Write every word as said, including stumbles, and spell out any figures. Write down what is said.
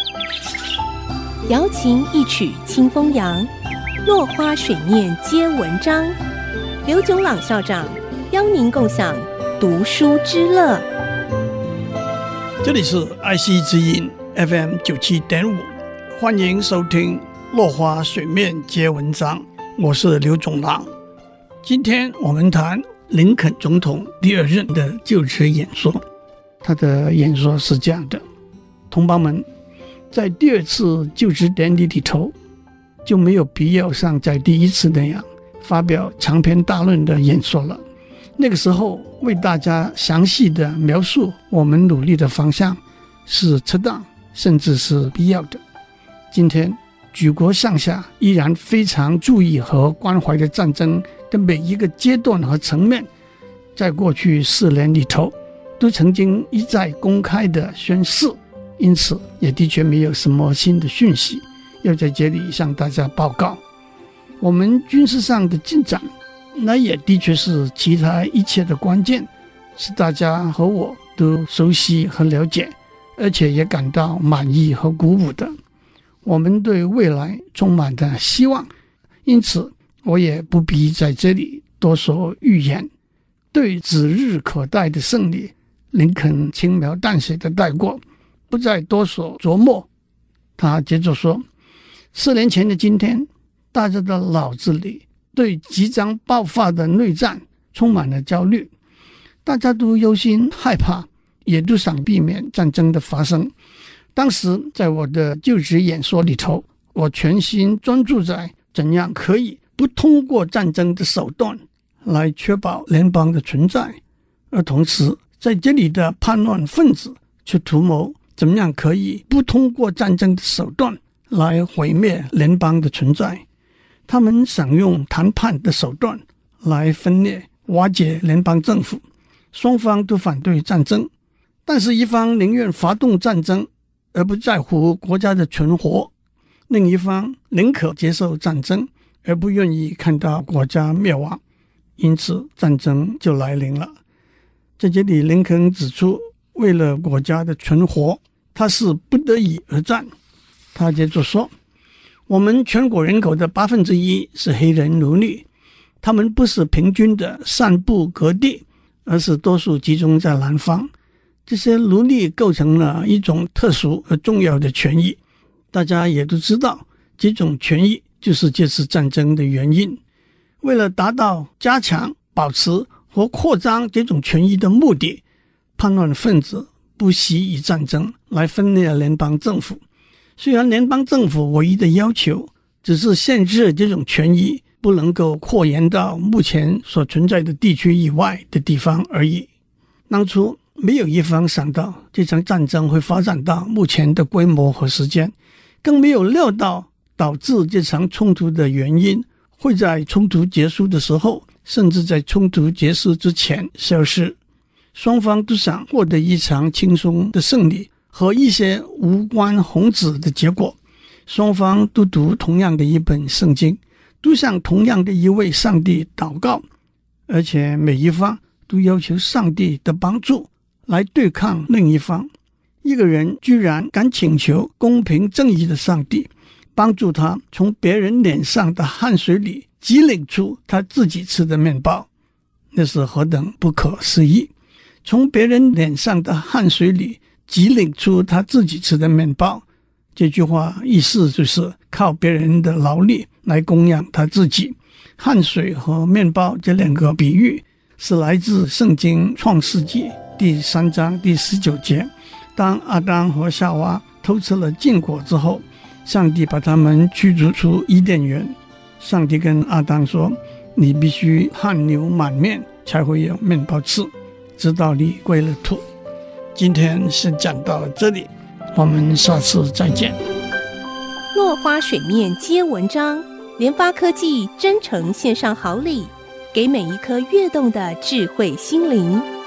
瑶琴一曲清风扬，落花水面皆文章。刘炯朗校长邀您共享读书之乐。 这里是爱惜之音 F M 九十七点五，欢迎收听落花水面皆文章，我是刘炯朗。今天我们谈林肯总统第二任的就职演说。他的演说是这样的：同胞们，在第二次就职典礼里头，就没有必要像在第一次那样发表长篇大论的演说了。那个时候为大家详细的描述我们努力的方向是恰当甚至是必要的。今天举国上下依然非常注意和关怀的战争的每一个阶段和层面，在过去四年里头都曾经一再公开的宣示，因此也的确没有什么新的讯息要在这里向大家报告。我们军事上的进展，那也的确是其他一切的关键，是大家和我都熟悉和了解，而且也感到满意和鼓舞的。我们对未来充满着希望，因此我也不必在这里多说预言。对指日可待的胜利，林肯轻描淡写的带过，不再多所琢磨。他接着说，四年前的今天，大家的脑子里对即将爆发的内战充满了焦虑，大家都忧心害怕，也都想避免战争的发生。当时在我的就职演说里头，我全心专注在怎样可以不通过战争的手段来确保联邦的存在，而同时在这里的叛乱分子却图谋怎么样可以不通过战争的手段来毁灭联邦的存在。他们想用谈判的手段来分裂瓦解联邦政府，双方都反对战争，但是一方宁愿发动战争而不在乎国家的存活，另一方宁可接受战争而不愿意看到国家灭亡，因此战争就来临了。在这里林肯指出，为了国家的存活，他是不得已而战。他接着说，我们全国人口的八分之一是黑人奴隶，他们不是平均的散布各地，而是多数集中在南方。这些奴隶构成了一种特殊而重要的权益，大家也都知道，这种权益就是这次战争的原因。为了达到加强、保持和扩张这种权益的目的，叛乱分子不惜以战争来分裂联邦政府。虽然联邦政府唯一的要求只是限制这种权益不能够扩延到目前所存在的地区以外的地方而已。当初没有一方想到这场战争会发展到目前的规模和时间，更没有料到导致这场冲突的原因会在冲突结束的时候，甚至在冲突结束之前消失。双方都想获得一场轻松的胜利和一些无关宏旨的结果。双方都读同样的一本圣经，都向同样的一位上帝祷告，而且每一方都要求上帝的帮助来对抗另一方。一个人居然敢请求公平正义的上帝帮助他从别人脸上的汗水里挤领出他自己吃的面包，那是何等不可思议。从别人脸上的汗水里挤领出他自己吃的面包，这句话意思就是靠别人的劳力来供养他自己。汗水和面包这两个比喻是来自圣经创世纪第三章第十九节。当亚当和夏娃偷吃了禁果之后，上帝把他们驱逐出伊甸园。上帝跟亚当说，你必须汗流满面才会有面包吃，直到你归了土。今天是讲到这里，我们下次再见。 落花水面皆文章，联发科技真诚献上好礼，给每一颗跃动的智慧心灵。